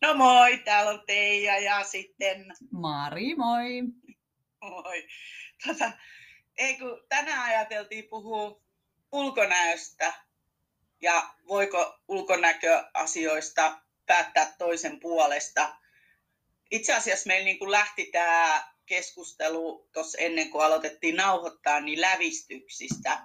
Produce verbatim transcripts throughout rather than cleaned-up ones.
No moi, täällä on Teija ja sitten... Mari, moi! Moi. Tota, ei kun tänään ajateltiin puhua ulkonäöstä ja voiko ulkonäköasioista päättää toisen puolesta. Itse asiassa meillä niin kuin lähti tämä keskustelu tuossa ennen kuin aloitettiin nauhoittaa niin lävistyksistä.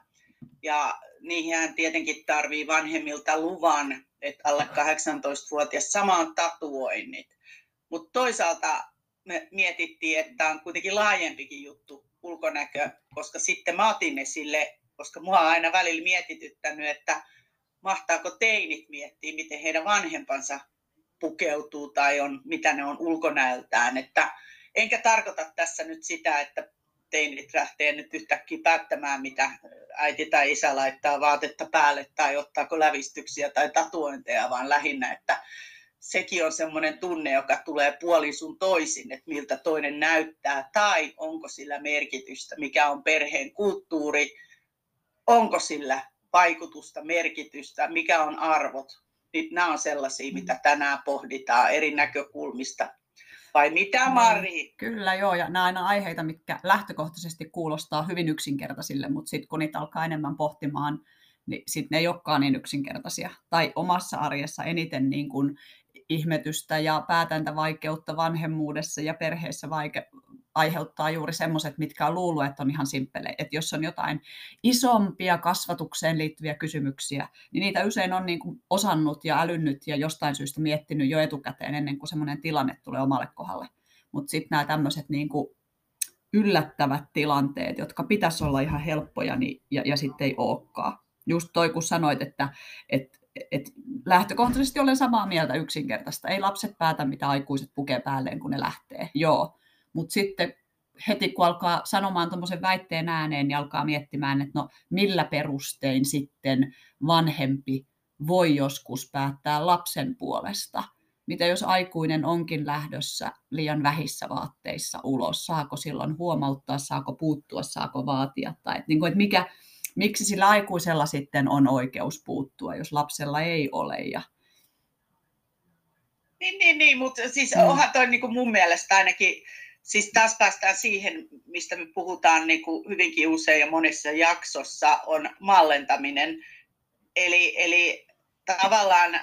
Ja niihinhän tietenkin tarvii vanhemmilta luvan, että alle kahdeksantoistavuotias samaan tatuoinnit. Mutta toisaalta me mietittiin, että tämä on kuitenkin laajempikin juttu, ulkonäkö, koska sitten mä otin esille, koska mua on aina välillä mietityttänyt, että mahtaako teinit miettiä, miten heidän vanhempansa pukeutuu tai on, mitä ne on ulkonäöltään. Että enkä tarkoita tässä nyt sitä, että teinit lähtee nyt yhtäkkiä päättämään, mitä äiti tai isä laittaa vaatetta päälle tai ottaako lävistyksiä tai tatuointeja, vaan lähinnä, että sekin on semmoinen tunne, joka tulee puolin sun toisin, että miltä toinen näyttää tai onko sillä merkitystä, mikä on perheen kulttuuri, onko sillä vaikutusta, merkitystä, mikä on arvot. Niin nämä on sellaisia, mitä tänään pohditaan eri näkökulmista. Vai mitä, Mari? Kyllä joo, ja nämä on aina aiheita, mitkä lähtökohtaisesti kuulostaa hyvin yksinkertaisille, mutta sitten kun niitä alkaa enemmän pohtimaan, niin sitten ne ei olekaan niin yksinkertaisia. Tai omassa arjessa eniten niin kuin ihmetystä ja päätäntävaikeutta vanhemmuudessa ja perheessä vaike- aiheuttaa juuri semmoiset, mitkä on luullut, että on ihan simppelejä. Että jos on jotain isompia kasvatukseen liittyviä kysymyksiä, niin niitä usein on niin kuin osannut ja älynnyt ja jostain syystä miettinyt jo etukäteen ennen kuin semmoinen tilanne tulee omalle kohdalle. Mutta sitten nämä tämmöiset niin kuin yllättävät tilanteet, jotka pitäisi olla ihan helppoja, niin, ja, ja sitten ei olekaan. Just toi, kun sanoit, että et, et lähtökohtaisesti olen samaa mieltä yksinkertaista. Ei lapset päätä, mitä aikuiset pukee päälleen, kun ne lähtee. Joo. Mutta sitten heti kun alkaa sanomaan tuommoisen väitteen ääneen, niin alkaa miettimään, että no millä perustein sitten vanhempi voi joskus päättää lapsen puolesta. Mitä jos aikuinen onkin lähdössä liian vähissä vaatteissa ulos? Saako silloin huomauttaa, saako puuttua, saako vaatia? Tai et, niin kuin, että mikä, miksi sillä aikuisella sitten on oikeus puuttua, jos lapsella ei ole? Ja... Niin, niin, niin, mutta siis mm. onhan toi niin kuin mun mielestä ainakin... Siis taas päästään siihen, mistä me puhutaan niin kuin hyvinkin usein ja monessa jaksossa, on mallentaminen. Eli, eli tavallaan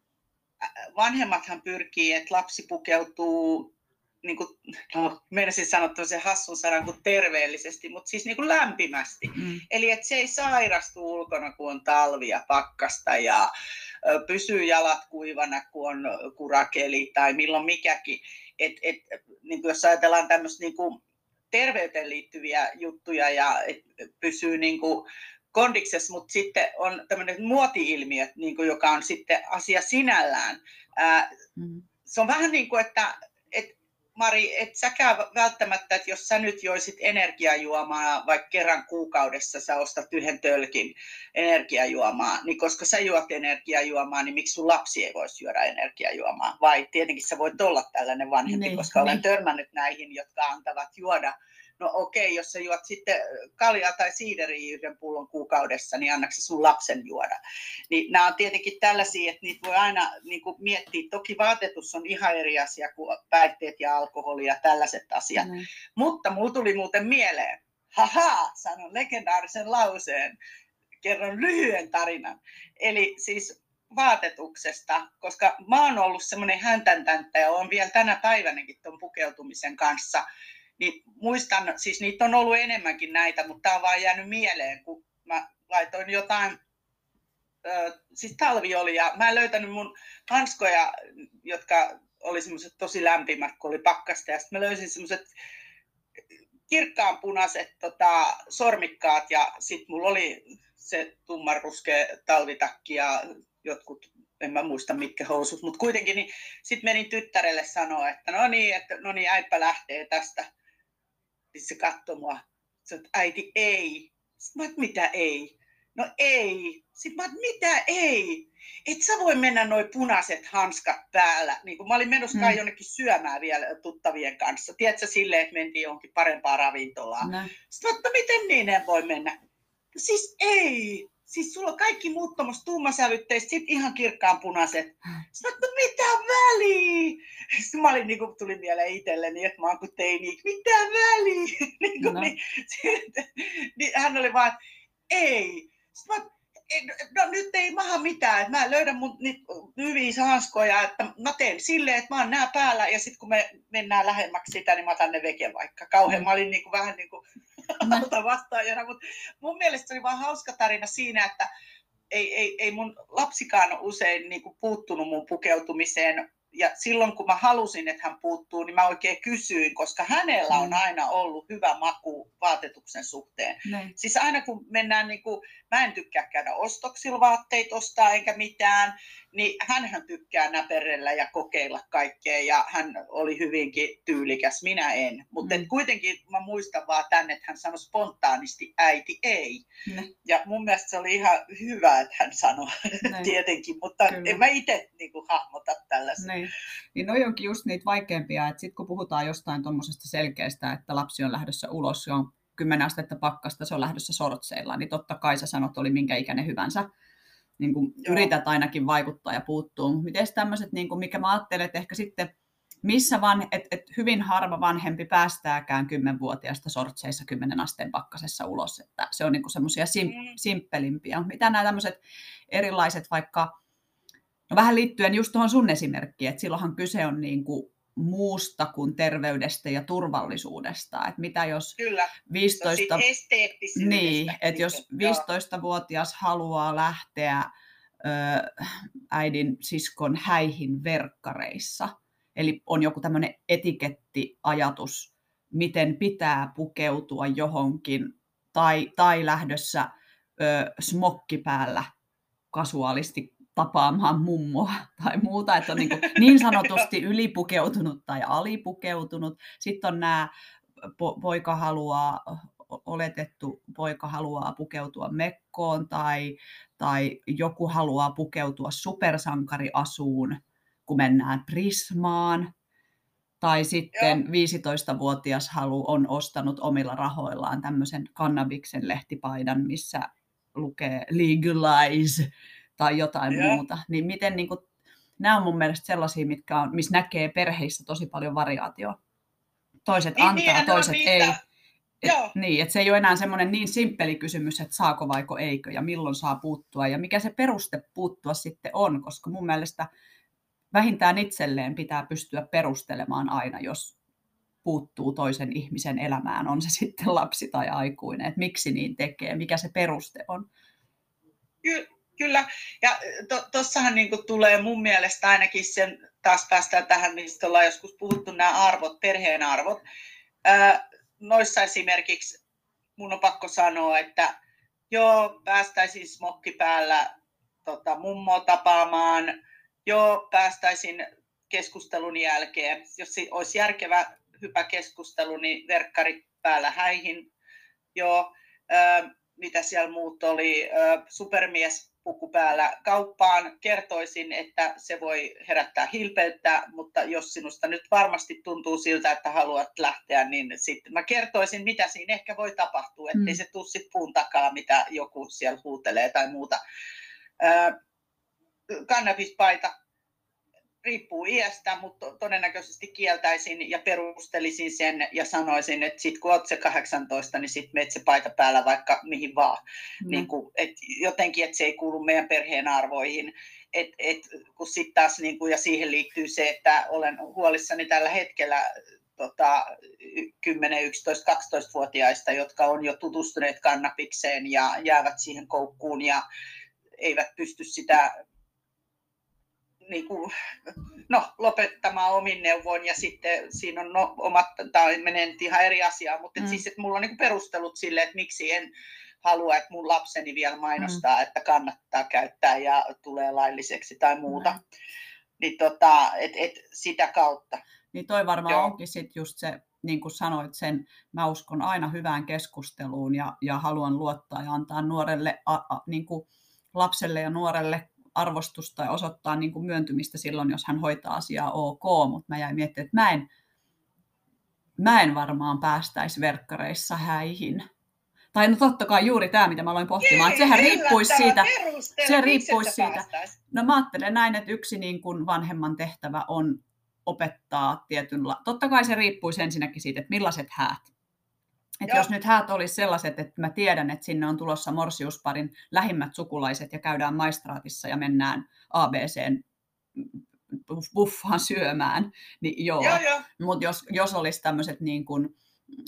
vanhemmathan pyrkii, että lapsi pukeutuu, niin kuin, no, meinasin sanoa tämmöisen hassun sanan kuin terveellisesti, mutta siis niin kuin lämpimästi. Mm. Eli että se ei sairastu ulkona, kun on talvi ja pakkasta ja pysyy jalat kuivana, kun on kurakeli tai milloin mikäkin. Et, et, niin kuin jos ajatellaan tämmöistä niin kuin terveyteen liittyviä juttuja ja et, pysyy niin kuin kondiksessa, mutta sitten on tämmöinen muoti-ilmiö, niin kuin, joka on sitten asia sinällään. Ää, mm. Se on vähän niin kuin, että et, Mari, et säkään välttämättä, että jos sä nyt joisit energiajuomaa, vaikka kerran kuukaudessa sä ostat yhden tölkin energiajuomaa, niin koska sä juot energiajuomaa, niin miksi sun lapsi ei voisi juoda energiajuomaa? Vai tietenkin sä voit olla tällainen vanhempi, niin, koska niin. Olen törmännyt näihin, jotka antavat juoda. No okei, jos sä juot sitten kaljaa tai siideriä yhden pullon kuukaudessa, niin annatko sun lapsen juoda? Niin nämä on tietenkin tällaisia, että niitä voi aina niin kuin miettiä. Toki vaatetus on ihan eri asia kuin päihteet ja alkoholi ja tällaiset asiat. Mm. Mutta mulla tuli muuten mieleen, haha, sanon legendaarisen lauseen, kerron lyhyen tarinan. Eli siis vaatetuksesta, koska mä oon ollut semmoinen häntäntänttä ja oon vielä tänä päivänäkin ton pukeutumisen kanssa. Niin muistan, siis niitä on ollut enemmänkin näitä, mutta tämä on vaan jäänyt mieleen, kun mä laitoin jotain, äh, siis talvi oli ja mä en löytänyt mun hanskoja, jotka oli semmoiset tosi lämpimät, kun oli pakkasta. Ja sitten mä löysin semmoiset kirkkaanpunaiset tota, sormikkaat ja sitten mulla oli se tummanruskea talvitakki ja jotkut, en mä muista mitkä housut, mutta kuitenkin niin sitten menin tyttärelle sanoa, että no niin, että no niin, äipä lähtee tästä. Sitten se katsoi mua, että äiti ei. Sitten mä, että mitä ei? No ei. Sitten mä, että mitä ei? Et sä voi mennä noi punaiset hanskat päällä. Niin kun mä olin menossa mm. jonnekin syömään vielä tuttavien kanssa. Tiedätkö silleen, että mentiin johonkin parempaa ravintolaan. No. Sitten mä, että no miten niin en voi mennä? No siis ei. siis sulla on kaikki muut tuommoista tummasävytteistä, sit ihan kirkkaan punaiset. Sitten mä, no mitä väliä? Sitten mä olin, niin kuin tuli mieleen itselleni, että mä oon kuin teini, mitä väliä? niin, kuin, no. niin, sit, niin hän oli vaan, että ei. Sitten mä, no nyt ei maha mitään, että mä löydän mun hyviä hanskoja, että mä teen silleen, että mä oon nää päällä ja sitten kun me mennään lähemmäksi sitä, niin mä otan ne veke vaikka. Kauhean mä olin niin kuin, vähän niin kuin alta vastaajana, mutta mun mielestä se oli vaan hauska tarina siinä, että ei, ei, ei mun lapsikaan ole usein niin kuin puuttunut mun pukeutumiseen. Ja silloin kun mä halusin, että hän puuttuu, niin mä oikein kysyin, koska hänellä on aina ollut hyvä maku vaatetuksen suhteen. Näin. Siis aina kun mennään, niin kuin, mä en tykkää käydä ostoksilla vaatteita ostaa enkä mitään, niin hänhän tykkää näperellä ja kokeilla kaikkea ja hän oli hyvinkin tyylikäs, minä en. Mutta mm. kuitenkin mä muistan vaan tänne, että hän sanoi spontaanisti äiti ei. Näin. Ja mun mielestä se oli ihan hyvä, että hän sanoi tietenkin, mutta Kyllä. en mä itse niin kuin, hahmota tällaista. Näin. Niin noi onkin just niitä vaikeampia, että sitten kun puhutaan jostain tuommoisesta selkeästä, että lapsi on lähdössä ulos, se on kymmenen astetta pakkasta, se on lähdössä sortseilla, niin totta kai sä sanot, oli minkä ikäinen hyvänsä. Niin kuin yrität ainakin vaikuttaa ja puuttuu. Miten tämmöiset, niin kuin mikä mä ajattelen, että ehkä sitten, missä van, et, et hyvin harva vanhempi päästääkään kymmenvuotiaasta sortseissa kymmenen asteen pakkasessa ulos, että se on niin kuin semmoisia sim, simppelimpiä. Mitä nämä tämmöiset erilaiset vaikka, no vähän liittyen just tuohon sun esimerkkiin, että silloinhan kyse on niin kuin muusta kuin terveydestä ja turvallisuudesta. Että mitä jos Kyllä, viisitoista niin, että jos viisitoistavuotias haluaa lähteä ö, äidin siskon häihin verkkareissa, eli on joku tämmöinen etikettiajatus, miten pitää pukeutua johonkin, tai, tai lähdössä ö, smokki päällä kasuaalisti tapaamaan mummoa tai muuta, että on niin, niin sanotusti ylipukeutunut tai alipukeutunut. Sitten on nämä, poika haluaa, oletettu poika haluaa pukeutua mekkoon tai, tai joku haluaa pukeutua supersankariasuun, kun mennään Prismaan. Tai sitten Joo. viisitoistavuotias halu on ostanut omilla rahoillaan tämmöisen kannabiksen lehtipaidan, missä lukee legalize tai jotain yeah. muuta, niin miten niin kuin, nämä on mun mielestä sellaisia, mitkä on, missä näkee perheissä tosi paljon variaatioa. Toiset niin, antaa, niin, toiset ei. Et, niin, että se ei ole enää semmoinen niin simppeli kysymys, että saako vaiko eikö ja milloin saa puuttua ja mikä se peruste puuttua sitten on, koska mun mielestä vähintään itselleen pitää pystyä perustelemaan aina, jos puuttuu toisen ihmisen elämään, on se sitten lapsi tai aikuinen, että miksi niin tekee, mikä se peruste on. Ky- Kyllä, ja tuossahan to, niinku tulee mun mielestä ainakin sen, taas päästään tähän, mistä ollaan joskus puhuttu, nämä arvot, perheen arvot. Ää, noissa esimerkiksi mun on pakko sanoa, että joo, päästäisin smokki päällä tota, mummoa tapaamaan, joo, päästäisin keskustelun jälkeen, jos olisi järkevä hyvä keskustelu, niin verkkari päällä häihin, joo, ää, mitä siellä muut oli, ää, supermies puku päällä kauppaan, kertoisin, että se voi herättää hilpeyttä, mutta jos sinusta nyt varmasti tuntuu siltä, että haluat lähteä, niin sitten mä kertoisin, mitä siinä ehkä voi tapahtua, ettei mm. se tule sit puun takaa, mitä joku siellä huutelee tai muuta. Kannabispaita riippuu iästä, mutta todennäköisesti kieltäisin ja perustelisin sen ja sanoisin, että sit kun olet se kahdeksantoista, niin sit meet se paita päällä vaikka mihin vaan. Mm. Niin kuin, et jotenkin, että se ei kuulu meidän perheen arvoihin. Et, et, kun sit taas, niin kuin, ja siihen liittyy se, että olen huolissani tällä hetkellä tota, kymmenen, yksitoista, kaksitoistavuotiaista, jotka on jo tutustuneet kannabikseen ja jäävät siihen koukkuun ja eivät pysty sitä niin kuin, no, lopettamaan omin neuvoin ja sitten siinä on no, omat, tai menee ihan eri asiaa, mutta mm. siis, että mulla on niin kuin perustelut sille, että miksi en halua, että mun lapseni vielä mainostaa, mm. että kannattaa käyttää ja tulee lailliseksi tai muuta. Mm. Niin tota, et, et sitä kautta. Niin toi varmaan Joo. onkin sitten just se, niin kuin sanoit sen, mä uskon aina hyvään keskusteluun ja, ja haluan luottaa ja antaa nuorelle, a, a, niin kuin lapselle ja nuorelle arvostusta ja osoittaa niin kuin myöntymistä silloin, jos hän hoitaa asiaa ok, mutta mä jäin miettimään, että mä en, mä en varmaan päästäisi verkkareissa häihin. Tai no totta kai juuri tämä, mitä mä aloin pohtimaan, että sehän riippuisi siitä, se riippuisi siitä. No mä ajattelen näin, että yksi niin kuin vanhemman tehtävä on opettaa tietynla... Totta kai se riippuisi ensinnäkin siitä, että millaiset häät. Että jos nyt häät olisi sellaiset, että mä tiedän, että sinne on tulossa morsiusparin lähimmät sukulaiset ja käydään maistraatissa ja mennään A B C:n buffaan syömään, niin joo. joo, joo. Mutta jos, jos olisi tämmöiset niin kuin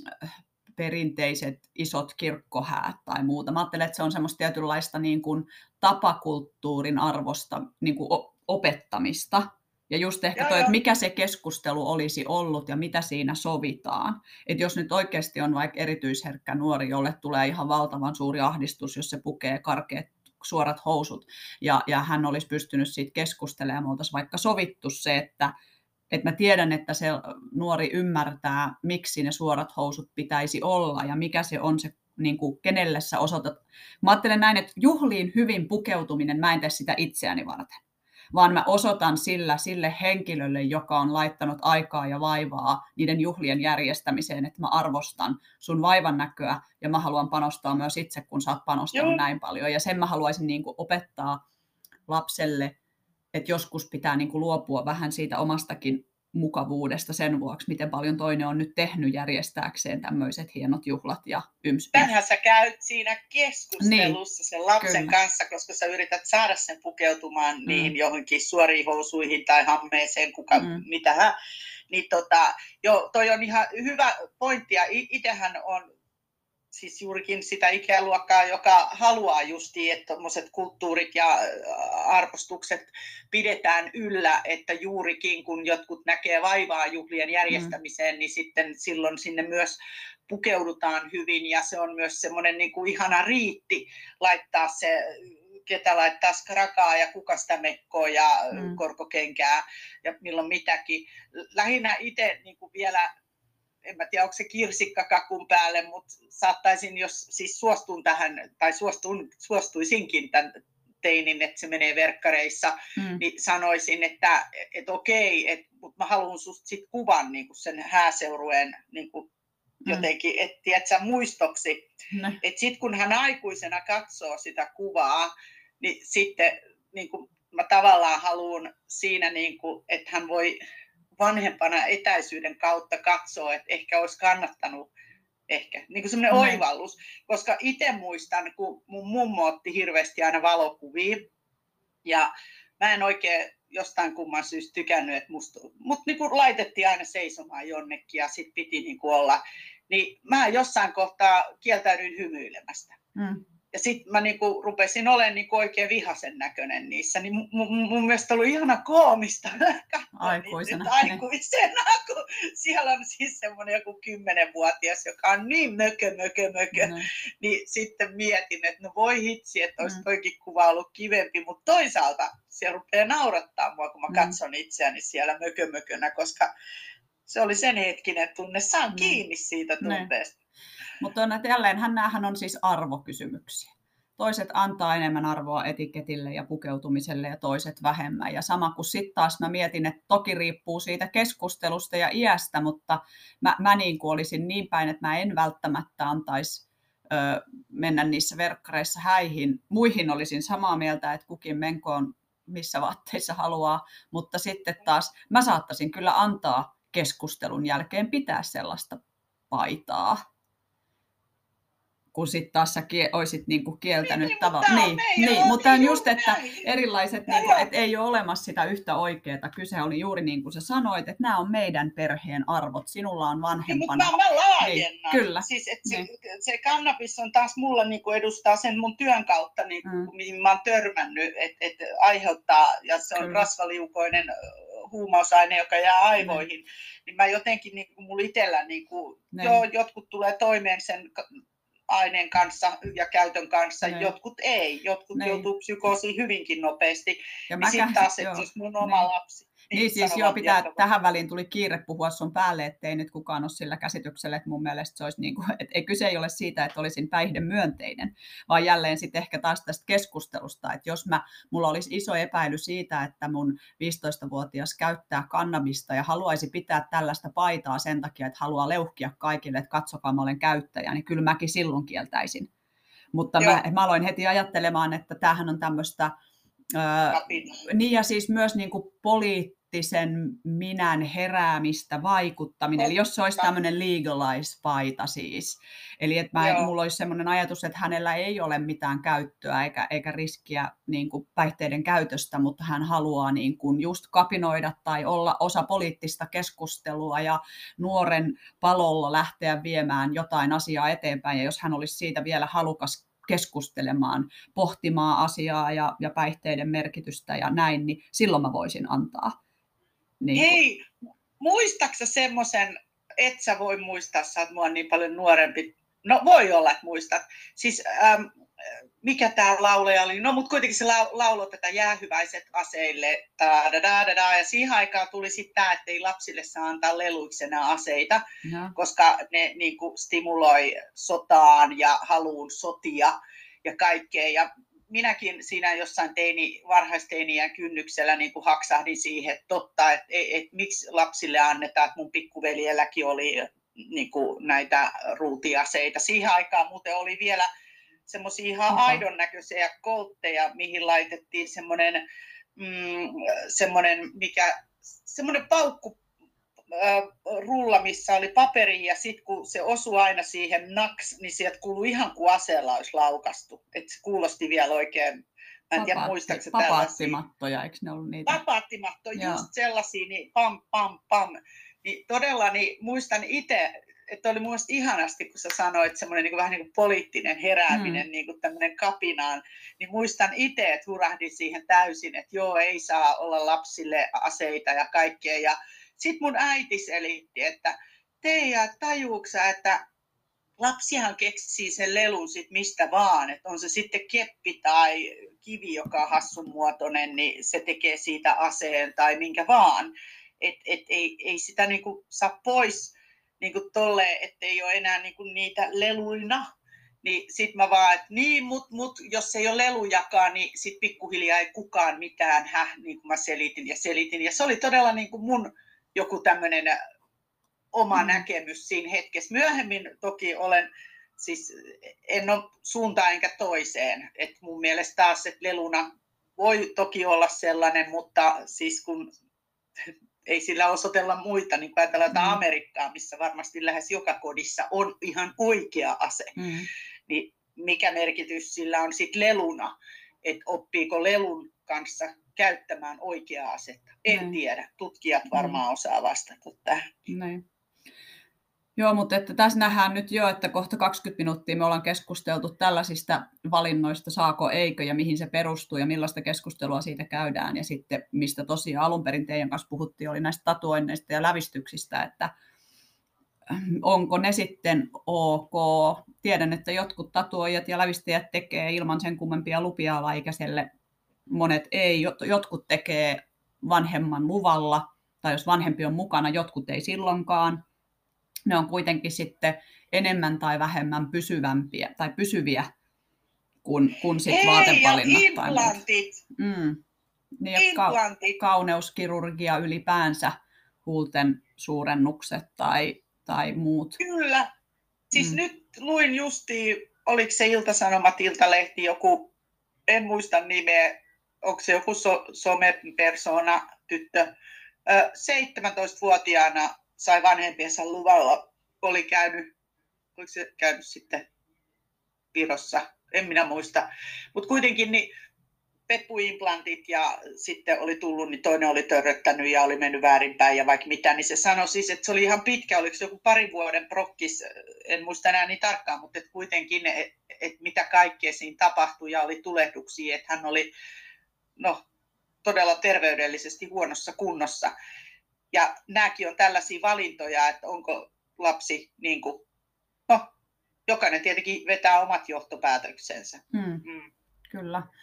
perinteiset isot kirkkohäät tai muuta, mä ajattelen, että se on semmoista tietynlaista niin kuin tapakulttuurin arvosta niin kuin opettamista. Ja just ehkä toi, että mikä se keskustelu olisi ollut ja mitä siinä sovitaan. Että jos nyt oikeasti on vaikka erityisherkkä nuori, jolle tulee ihan valtavan suuri ahdistus, jos se pukee karkeat suorat housut, ja, ja hän olisi pystynyt siitä keskustelemaan, me oltaisiin vaikka sovittu se, että, että mä tiedän, että se nuori ymmärtää, miksi ne suorat housut pitäisi olla, ja mikä se on se, niin kuin, kenelle sä osoitat. Mä ajattelen näin, että juhliin hyvin pukeutuminen, mä en tee sitä itseäni varten, vaan mä osoitan sillä sille henkilölle, joka on laittanut aikaa ja vaivaa niiden juhlien järjestämiseen, että mä arvostan sun vaivan näköä ja mä haluan panostaa myös itse, kun sä oot panostanut Joo. näin paljon. Ja sen mä haluaisin niin kuin opettaa lapselle, että joskus pitää niin kuin luopua vähän siitä omastakin mukavuudesta sen vuoksi, miten paljon toinen on nyt tehnyt järjestääkseen tämmöiset hienot juhlat ja yms. Tänhän sä käyt siinä keskustelussa niin, sen lapsen kyllä. kanssa, koska sä yrität saada sen pukeutumaan mm. niihin johonkin suoriin housuihin tai hammeeseen, kuka mm. mitähän. Niin tota, jo, toi on ihan hyvä pointti ja itsehän on siis juurikin sitä ikäluokkaa, joka haluaa justiin, että tuommoiset kulttuurit ja arvostukset pidetään yllä, että juurikin kun jotkut näkee vaivaa juhlien järjestämiseen, mm. niin sitten silloin sinne myös pukeudutaan hyvin ja se on myös semmoinen niin kuin ihana riitti laittaa se, ketä laittaa skrakaa ja kuka sitä mekkoa ja mm. korkokenkää ja milloin mitäkin. Lähinnä itse niin kuin vielä en mä tiedä, onko se kirsikkakakun päälle, mutta saattaisin, jos siis suostun tähän, tai suostun, suostuisinkin tämän teinin, että se menee verkkareissa, mm. niin sanoisin, että et okei, et, mutta mä haluan susta sit kuvan niin kuin sen hääseurueen niin kuin mm. jotenkin, että tiedätkö, muistoksi. No. Että sitten kun hän aikuisena katsoo sitä kuvaa, niin sitten niin kuin mä tavallaan haluan siinä, niin kuin, että hän voi vanhempana etäisyyden kautta katsoo, että ehkä olisi kannattanut ehkä, niin kuin semmoinen mm. oivallus, koska itse muistan, kun mun mummo otti hirveästi aina valokuvia, ja mä en oikein jostain kumman syystä tykännyt, että musta, mut niin kuin laitettiin aina seisomaan jonnekin, ja sit piti niin kuin olla, niin mä jossain kohtaa kieltäydyin hymyilemästä. Mm. Ja sitten mä niinku rupesin olemaan niinku oikein vihaisen näköinen niissä. Niin mun, mun mielestä oli ihana koomista aikuisena. aikuisena, kun siellä on siis semmoinen joku kymmenvuotias, joka on niin mökö, mökö, mökö. No. Niin sitten mietin, että no voi hitsi, että olisi mm. toikin kuva ollut kivempi. Mutta toisaalta se rupeaa naurattaa mua, kun mä katson itseäni siellä mökö, mökönä, koska se oli sen hetkinen tunne. Saan mm. kiinni siitä tunteesta. No. Mutta on, että jälleen näähän on siis arvokysymyksiä. Toiset antaa enemmän arvoa etiketille ja pukeutumiselle ja toiset vähemmän. Ja sama kuin sitten taas mä mietin, että toki riippuu siitä keskustelusta ja iästä, mutta mä, mä niin kuin olisin niin päin, että mä en välttämättä antaisi ö, mennä niissä verkkareissa häihin. Muihin olisin samaa mieltä, että kukin menkoon missä vaatteissa haluaa, mutta sitten taas mä saattaisin kyllä antaa keskustelun jälkeen pitää sellaista paitaa. Kun sitten taas sä kie, olisit niinku kieltänyt niin, tavalla. Niin, niin, mutta on just, että erilaiset, niinku, et ei ole olemassa sitä yhtä oikeaa. Kyse oli juuri niin kuin sä sanoit, että nämä on meidän perheen arvot. Sinulla on vanhempana. Niin, mutta mä laajennan. Niin, kyllä. Siis, et niin. se, se kannabis on taas mulla niinku edustaa sen mun työn kautta, niinku, mm. mihin mä oon törmännyt, että et aiheuttaa, ja se on kyllä. rasvaliukoinen huumausaine, joka jää aivoihin. Mm. Niin mä jotenkin, niinku, mulla itsellä, niinku, joo, jotkut tulee toimeen sen aineen kanssa ja käytön kanssa, ne. Jotkut ei. Jotkut ne. Joutuu psykoosiin hyvinkin nopeasti. Ja niin sitten taas, että jos mun oma ne. Lapsi. Niin siis sano joo, vaan, pitää, jatka vaan. tähän väliin tuli kiire puhua sun päälle, ettei nyt kukaan ole sillä käsityksellä, että mun mielestä se olisi niin kuin, että ei kyse ei ole siitä, että olisin päihdemyönteinen, vaan jälleen sitten ehkä taas tästä keskustelusta, että jos mä, mulla olisi iso epäily siitä, että mun viisitoistavuotias käyttää kannabista ja haluaisi pitää tällaista paitaa sen takia, että haluaa leuhkia kaikille, että katsokaa mä olen käyttäjä, niin kyllä mäkin silloin kieltäisin. Mutta mä, mä aloin heti ajattelemaan, että tämähän on tämmöistä, niin ja siis myös niin kuin poliittisen minän heräämistä, vaikuttaminen, eli jos se olisi tämmöinen legalized-paita siis, eli että mä, mulla olisi semmoinen ajatus, että hänellä ei ole mitään käyttöä eikä, eikä riskiä niin kuin päihteiden käytöstä, mutta hän haluaa niin kuin just kapinoida tai olla osa poliittista keskustelua ja nuoren palolla lähteä viemään jotain asiaa eteenpäin, ja jos hän olisi siitä vielä halukas keskustelemaan, pohtimaan asiaa ja, ja päihteiden merkitystä ja näin, niin silloin mä voisin antaa. Niin Hei, muistaaksä semmoisen, et sä voi muistaa, sä oot mua niin paljon nuorempi, no voi olla, että muistat, siis ähm, mikä tää laulaja oli, no mutta kuitenkin se lauloi tätä jäähyväiset aseille, ja siihen aikaan tuli sitten tämä, että ei lapsille saa antaa leluiksena aseita, no. koska ne niin kuin stimuloi sotaan ja haluun sotia ja kaikkea, ja minäkin siinä jossain teini, varhaisteiniän kynnyksellä niin kuin haksahdin siihen, että totta, että et, et, miksi lapsille annetaan, että mun pikkuveljelläkin oli niin kuin näitä ruutiaseita. Siihen aikaan muuten oli vielä semmoisia ihan okay. aidon näköisiä koltteja, mihin laitettiin semmoinen, mm, semmoinen, mikä, semmoinen paukku, rulla, missä oli paperi, ja sitten kun se osui aina siihen naks, niin sieltä kuului ihan kuin aseella olisi laukastu. Että se kuulosti vielä oikein, mä en tiedä muistaako se tällaisia. Papaattimattoja, eikö ne ollut niitä? Papaattimatto, just sellaisia, niin pam, pam, pam. Niin todella niin muistan itse, että oli mun mielestä ihanasti, kun sä sanoit semmoinen niin kuin, vähän niin kuin poliittinen herääminen, hmm. niin kuin tämmöinen kapinaan, niin muistan itse, että hurahdin siihen täysin, että joo, ei saa olla lapsille aseita ja kaikkea, ja sitten mun äiti selitti, että Teija, tajuuksä, että lapsihan keksii sen lelun sit mistä vaan, että on se sitten keppi tai kivi, joka on hassun muotoinen, niin se tekee siitä aseen tai minkä vaan. Että et ei, ei sitä niinku saa pois niinku tolleen, ettei ole enää niinku niitä leluina. Niin sit mä vaan, että niin, mut, mut jos ei ole lelujakaan, niin sit pikkuhiljaa ei kukaan mitään, häh, niin kuin mä selitin ja selitin. Ja se oli todella niinku mun joku tämmöinen oma mm. näkemys siinä hetkessä. Myöhemmin toki olen, siis en ole suuntaan enkä toiseen. Et mun mielestä taas, että leluna voi toki olla sellainen, mutta siis kun ei sillä osoitella muita, niin kun ajatellaan mm. Amerikkaa, missä varmasti lähes joka kodissa on ihan oikea ase, mm. niin mikä merkitys sillä on sitten leluna, että oppiiko lelun kanssa käyttämään oikeaa asetta. En Näin. tiedä. Tutkijat varmaan mm. osaa vastata tähän. Näin. Joo, mutta että tässä nähdään nyt jo, että kohta kaksikymmentä minuuttia me ollaan keskusteltu tällaisista valinnoista, saako, eikö ja mihin se perustuu ja millaista keskustelua siitä käydään. Ja sitten mistä tosiaan alun perin teidän kanssa puhuttiin, oli näistä tatuoinneista ja lävistyksistä, että onko ne sitten ok. Tiedän, että jotkut tatuoijat ja lävistäjät tekee ilman sen kummempia lupia alaikäiselle. Monet ei, jotkut tekee vanhemman luvalla, tai jos vanhempi on mukana, jotkut ei silloinkaan. Ne on kuitenkin sitten enemmän tai vähemmän pysyvämpiä tai pysyviä kuin, kuin sit vaatevalinnat. Hei, ja implantit. Mm. Niin, implantit. Ka- kauneuskirurgia ylipäänsä, huulten suurennukset tai, tai muut. Kyllä. Siis mm. nyt luin justiin, oliko se Ilta-Sanomat, Iltalehti, joku, en muista nimeä, onko se joku so, somepersona, tyttö, seitsemäntoistavuotiaana sai vanhempiensa luvalla, oli käynyt, oliko se käynyt sitten Virossa, en minä muista, mutta kuitenkin niin peppuimplantit ja sitten oli tullut, niin toinen oli törröttänyt ja oli mennyt väärinpäin ja vaikka mitä, niin se sanoi siis, että se oli ihan pitkä, oliko se joku parin vuoden prokkis, en muista enää niin tarkkaan, mutta et kuitenkin, että et mitä kaikkea siinä tapahtui ja oli tulehduksia, että hän oli no, todella terveydellisesti huonossa kunnossa. Ja nämäkin on tällaisia valintoja, että onko lapsi, niin kuin, no, jokainen tietenkin vetää omat johtopäätöksensä. Mm, mm. Kyllä.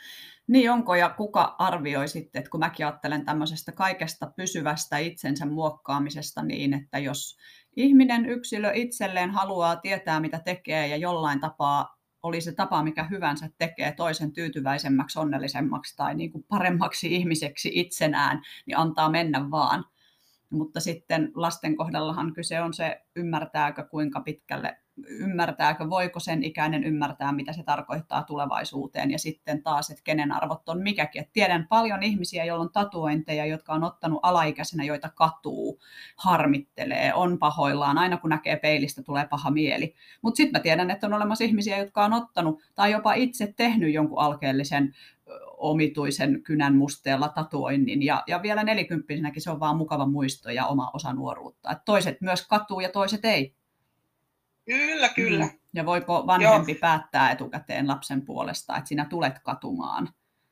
Niin onko, ja kuka arvioi sitten, että kun mäkin ajattelen tämmöisestä kaikesta pysyvästä itsensä muokkaamisesta niin, että jos ihminen, yksilö itselleen haluaa tietää, mitä tekee ja jollain tapaa, oli se tapa mikä hyvänsä, tekee toisen tyytyväisemmäksi, onnellisemmaksi tai niin kuin paremmaksi ihmiseksi itsenään, niin antaa mennä vaan. Mutta sitten lasten kohdallahan kyse on se, ymmärtääkö kuinka pitkälle, ymmärtääkö, voiko sen ikäinen ymmärtää, mitä se tarkoittaa tulevaisuuteen, ja sitten taas, että kenen arvot on mikäkin. Et tiedän paljon ihmisiä, joilla on tatuointeja, jotka on ottanut alaikäisenä, joita katuu, harmittelee, on pahoillaan, aina kun näkee peilistä tulee paha mieli. Mutta sitten mä tiedän, että on olemassa ihmisiä, jotka on ottanut tai jopa itse tehnyt jonkun alkeellisen omituisen kynän musteella tatuoinnin, ja, ja vielä nelikymppisenäkin se on vaan mukava muisto ja oma osa nuoruutta. Et toiset myös katuu ja toiset ei. Kyllä, kyllä. Mm. Ja voiko vanhempi Joo. päättää etukäteen lapsen puolesta, että sinä tulet katumaan?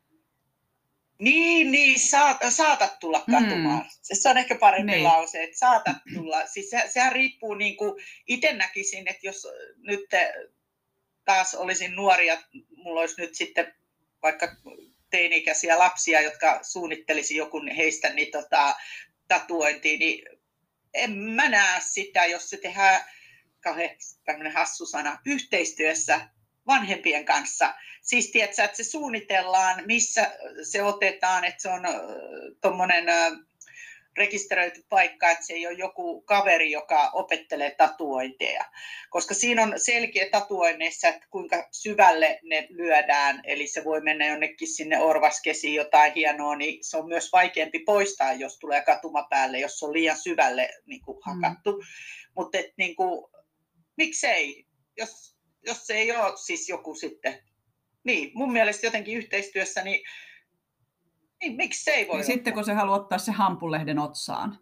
Niin, niin saat, saatat tulla katumaan. Mm. Se on ehkä parempi niin. lause, että saatat tulla. Siis se, sehän riippuu, niin kuin itse näkisin, että jos nyt taas olisin nuori ja mulla olisi nyt sitten vaikka teini-ikäisiä lapsia, jotka suunnittelisi joku heistä niin tota, tatuointia, niin en mä näe sitä, jos se tehdään, kauhean tämmöinen hassu sana, yhteistyössä vanhempien kanssa. Siis tiedätkö, että se suunnitellaan, missä se otetaan, että se on tuommoinen rekisteröity paikka, että se ei ole joku kaveri, joka opettelee tatuointeja. Koska siinä on selkeä tatuoinneissa, että kuinka syvälle ne lyödään, eli se voi mennä jonnekin sinne orvaskesiin jotain hienoa, niin se on myös vaikeampi poistaa, jos tulee katuma päälle, jos se on liian syvälle niin kuin hakattu. Mm. Mutta niin miksei, jos, jos se ei ole siis joku sitten, niin mun mielestä jotenkin yhteistyössä, niin Niin, miksi se ei voi ja ottaa? Sitten kun se haluaa ottaa se hampulehden otsaan.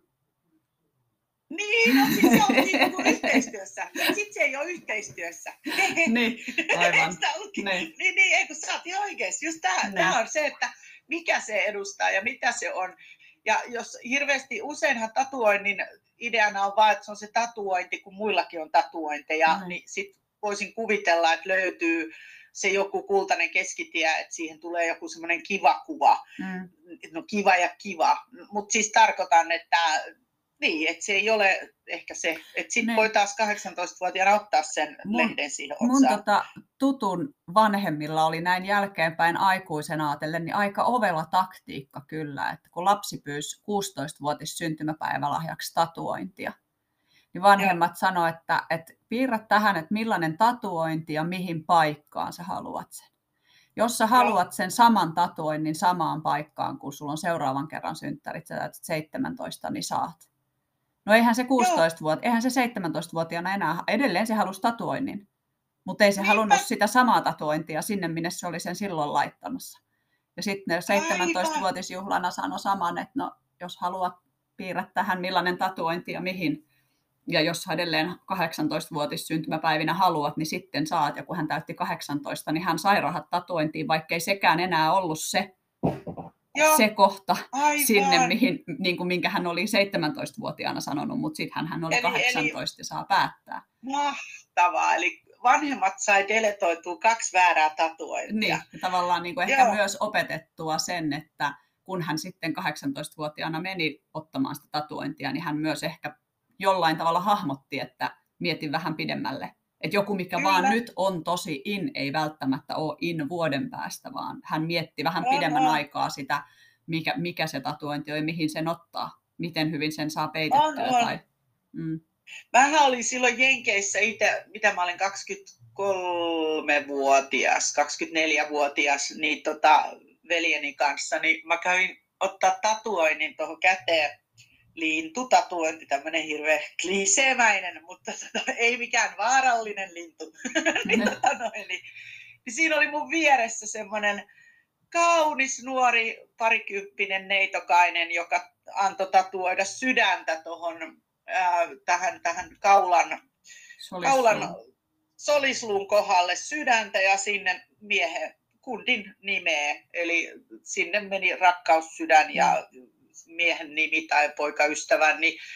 Niin, no siis se on niin kuin yhteistyössä. Sitten se ei ole yhteistyössä. Niin, aivan. niin, niin, niin, ei kun sä oot ihan oikeassa. Just tämä, tämä on se, että mikä se edustaa ja mitä se on. Ja jos hirveästi, useinhan tatuoinnin ideana on vaan, että se on se tatuointi, kun muillakin on tatuointeja, mm. niin sitten voisin kuvitella, että löytyy se joku kultainen keskitie, että siihen tulee joku semmoinen kiva kuva. Mm. No kiva ja kiva. Mutta siis tarkoitan, että, niin, että se ei ole ehkä se, että sitten voi taas kahdeksantoistavuotiaana ottaa sen mun, lehden siihen otsaan. Mun tota, tutun vanhemmilla oli näin jälkeenpäin aikuisen ajatellen, niin aika ovela taktiikka kyllä, että kun lapsi pyysi kuusitoistavuotis syntymäpäivälahjaksi tatuointia, niin vanhemmat sanoivat, että, että piirrä tähän, että millainen tatuointi ja mihin paikkaan sä haluat sen. Jos sä haluat sen saman tatuoinnin samaan paikkaan, kun sulla on seuraavan kerran synttärit, sä täytät seitsemäntoista, niin saat. No eihän se kuusitoistavuotiaana, eihän se seitsemäntoistavuotiaana enää, edelleen se halusi tatuoinnin, mutta ei se Niinpä. halunnut sitä samaa tatuointia sinne, minne se oli sen silloin laittamassa. Ja sitten ne seitsemäntoistavuotisjuhlana sanoi saman, että no, jos haluat piirrä tähän millainen tatuointi ja mihin, ja jos edelleen kahdeksantoistavuotis syntymäpäivinä haluat, niin sitten saat. Ja kun hän täytti kahdeksantoista, niin hän sai rahat tatuointiin, vaikkei sekään enää ollut se, se kohta Aivan. sinne, mihin, niin kuin minkä hän oli seitsemäntoistavuotiaana sanonut, mutta sitten hän oli eli, kahdeksantoista eli... ja saa päättää. Mahtavaa, eli vanhemmat sai deletoitua kaksi väärää tatuointia. Niin, ja tavallaan niin kuin ehkä myös opetettua sen, että kun hän sitten kahdeksantoistavuotiaana meni ottamaan sitä tatuointia, niin hän myös ehkä jollain tavalla hahmotti, että mietin vähän pidemmälle. Että joku, mikä Kyllä. vaan nyt on tosi in, ei välttämättä ole in vuoden päästä, vaan hän mietti vähän Oho. pidemmän aikaa sitä, mikä, mikä se tatuointi on ja mihin sen ottaa, miten hyvin sen saa peitettyä. On, on. Tai, mm. Mähän olin silloin Jenkeissä itse, mitä mä olin kaksikymmentäkolmevuotias, kaksikymmentäneljävuotias, niin tota, veljeni kanssa, niin mä kävin ottaa tatuoinnin tuohon käteen. Lintutatuointi, tämmöinen hirveä kliseemäinen, mutta tota, ei mikään vaarallinen lintu. niin, tota noin, niin, niin siinä oli mun vieressä semmoinen kaunis nuori parikymppinen neitokainen, joka antoi tatuoida sydäntä tohon, ää, tähän, tähän kaulan, kaulan solisluun kohdalle sydäntä ja sinne miehen kundin nimeä. Eli sinne meni rakkaussydän ja miehen nimi tai poikaystävän, niin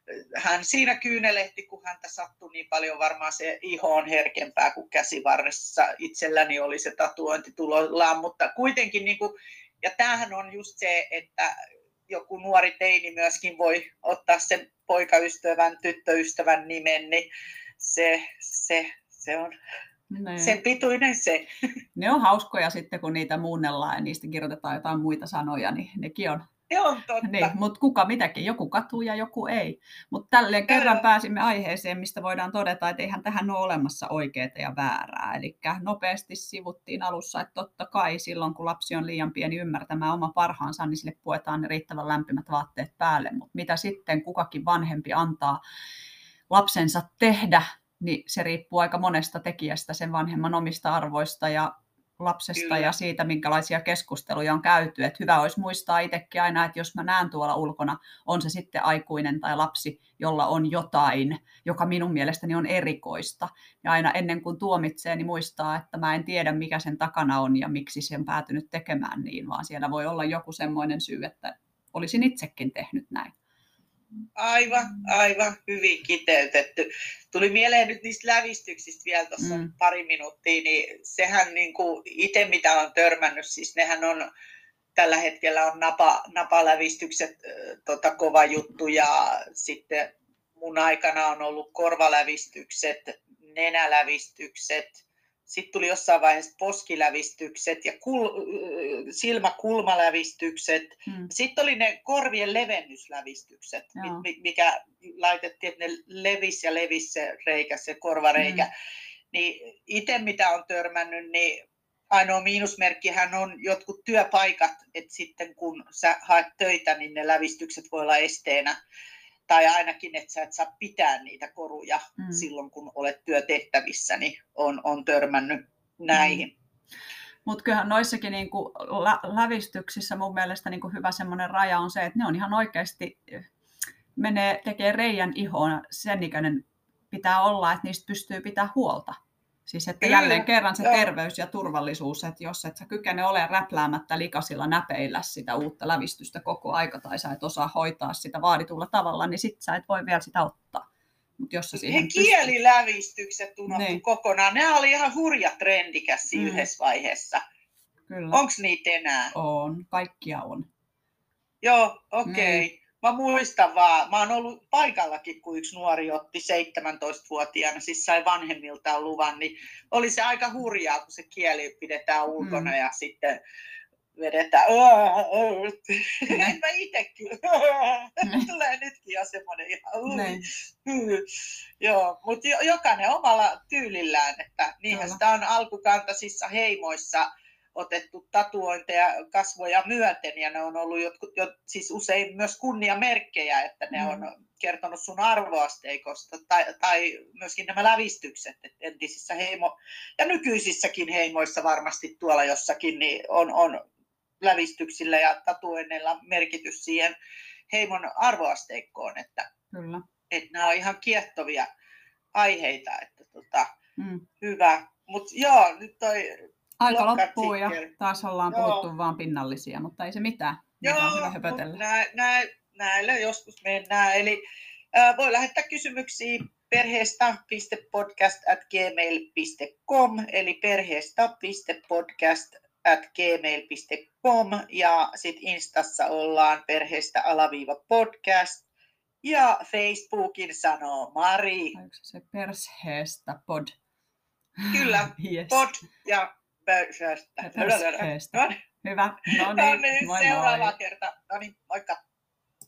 hän siinä kyynelehti, kun häntä sattui niin paljon, varmaan se iho on herkempää kuin käsivarressa. Itselläni oli se tatuointi tulollaan, mutta kuitenkin, niin kuin, ja tämähän on just se, että joku nuori teini myöskin voi ottaa sen poikaystävän, tyttöystävän nimen, niin se, se, se on Ne. sen pituinen se. Ne on hauskoja sitten, kun niitä muunnellaan ja niistä kirjoitetaan jotain muita sanoja, niin nekin on. Se on totta. Niin, mutta kuka mitäkin, joku katuu ja joku ei. Mutta tälleen kerran pääsimme aiheeseen, mistä voidaan todeta, että eihän tähän ole olemassa oikeaa ja väärää. Eli nopeasti sivuttiin alussa, että totta kai silloin, kun lapsi on liian pieni ymmärtämään oma parhaansa, niin sille puetaan ne riittävän lämpimät vaatteet päälle. Mutta mitä sitten kukakin vanhempi antaa lapsensa tehdä, niin se riippuu aika monesta tekijästä, sen vanhemman omista arvoista ja lapsesta Kyllä. ja siitä, minkälaisia keskusteluja on käyty. Että hyvä olisi muistaa itsekin aina, että jos mä näen tuolla ulkona, on se sitten aikuinen tai lapsi, jolla on jotain, joka minun mielestäni on erikoista. Ja aina ennen kuin tuomitsee, niin muistaa, että mä en tiedä, mikä sen takana on ja miksi se on päätynyt tekemään niin, vaan siellä voi olla joku semmoinen syy, että olisin itsekin tehnyt näin. Aivan, aivan hyvin kiteytetty. Tuli mieleen nyt niistä lävistyksistä vielä tuossa mm. pari minuuttia, niin sehän niin kuin itse mitä on törmännyt, siis nehän on tällä hetkellä on napa, napalävistykset tota, kova juttu ja sitten mun aikana on ollut korvalävistykset, nenälävistykset, sitten tuli jossain vaiheessa poskilävistykset ja kul, silmäkulmalävistykset. Hmm. Sitten oli ne korvien levennyslävistykset, Joo. mikä laitettiin, että ne levisi ja levisi se reikä, se korvareikä. Hmm. Niin itse mitä on törmännyt, niin ainoa miinusmerkkihän on jotkut työpaikat, että sitten kun sä haet töitä, niin ne lävistykset voi olla esteenä. Tai ainakin, että sä et saa pitää niitä koruja mm. silloin, kun olet työtehtävissä, niin on, on törmännyt näihin. Mm. Mutta kyllähän noissakin niinku lä- lävistyksissä mun mielestä niinku hyvä semmoinen raja on se, että ne on ihan oikeasti, menee, tekee reijän ihoon, sen ikäinen pitää olla, että niistä pystyy pitää huolta. Siis että jälleen kerran se terveys ja turvallisuus, että jos et sä kykene olemaan räpläämättä likaisilla näpeillä sitä uutta lävistystä koko aika tai sä et osaa hoitaa sitä vaaditulla tavalla, niin sit sä et voi vielä sitä ottaa. Mut jos sä siihen ne kielilävistykset unohtu niin. kokonaan. Ne oli ihan hurja trendikäs mm. yhdessä vaiheessa. Kyllä. Onks niitä enää? On, kaikkia on. Joo, okei. Okay. Niin. Mä muistan vaan, mä oon ollut paikallakin, kun yksi nuori otti seitsemäntoistavuotiaana, siis sai vanhemmiltaan luvan, niin oli se aika hurjaa, kun se kieli pidetään ulkona mm. ja sitten vedetään. En mä itse kyllä. Tulee nytkin jo semmoinen ihan. Joo, mutta jokainen omalla tyylillään, että niinhän sitä on alkukantaisissa heimoissa otettu tatuointeja kasvoja myöten ja ne on ollut jotkut, jo, siis usein myös kunniamerkkejä, että ne mm. on kertonut sun arvoasteikosta tai, tai myöskin nämä lävistykset, että entisissä heimo ja nykyisissäkin heimoissa varmasti tuolla jossakin niin on, on lävistyksillä ja tatuoinneilla merkitys siihen heimon arvoasteikkoon, että, Kyllä. että nämä on ihan kiehtovia aiheita, että tota, mm. hyvä, mutta joo, nyt toi aika loppuu ja taas ollaan Joo. puhuttu vaan pinnallisia, mutta ei se mitään. Joo, on hyvä höpötellä. Nä, nä, näillä joskus mennään. Eli äh, voi lähettää kysymyksiä perheesta piste podcast at gmail piste com eli perheesta piste podcast at gmail piste com ja sitten Instassa ollaan perheestä alaviiva podcast ja Facebookin sanoo Mari. Onko se perheestä pod? Kyllä, yes. pod ja Perheestä. Hyvä. No niin, no niin moi seuraava moi. kerta. No niin, moikka.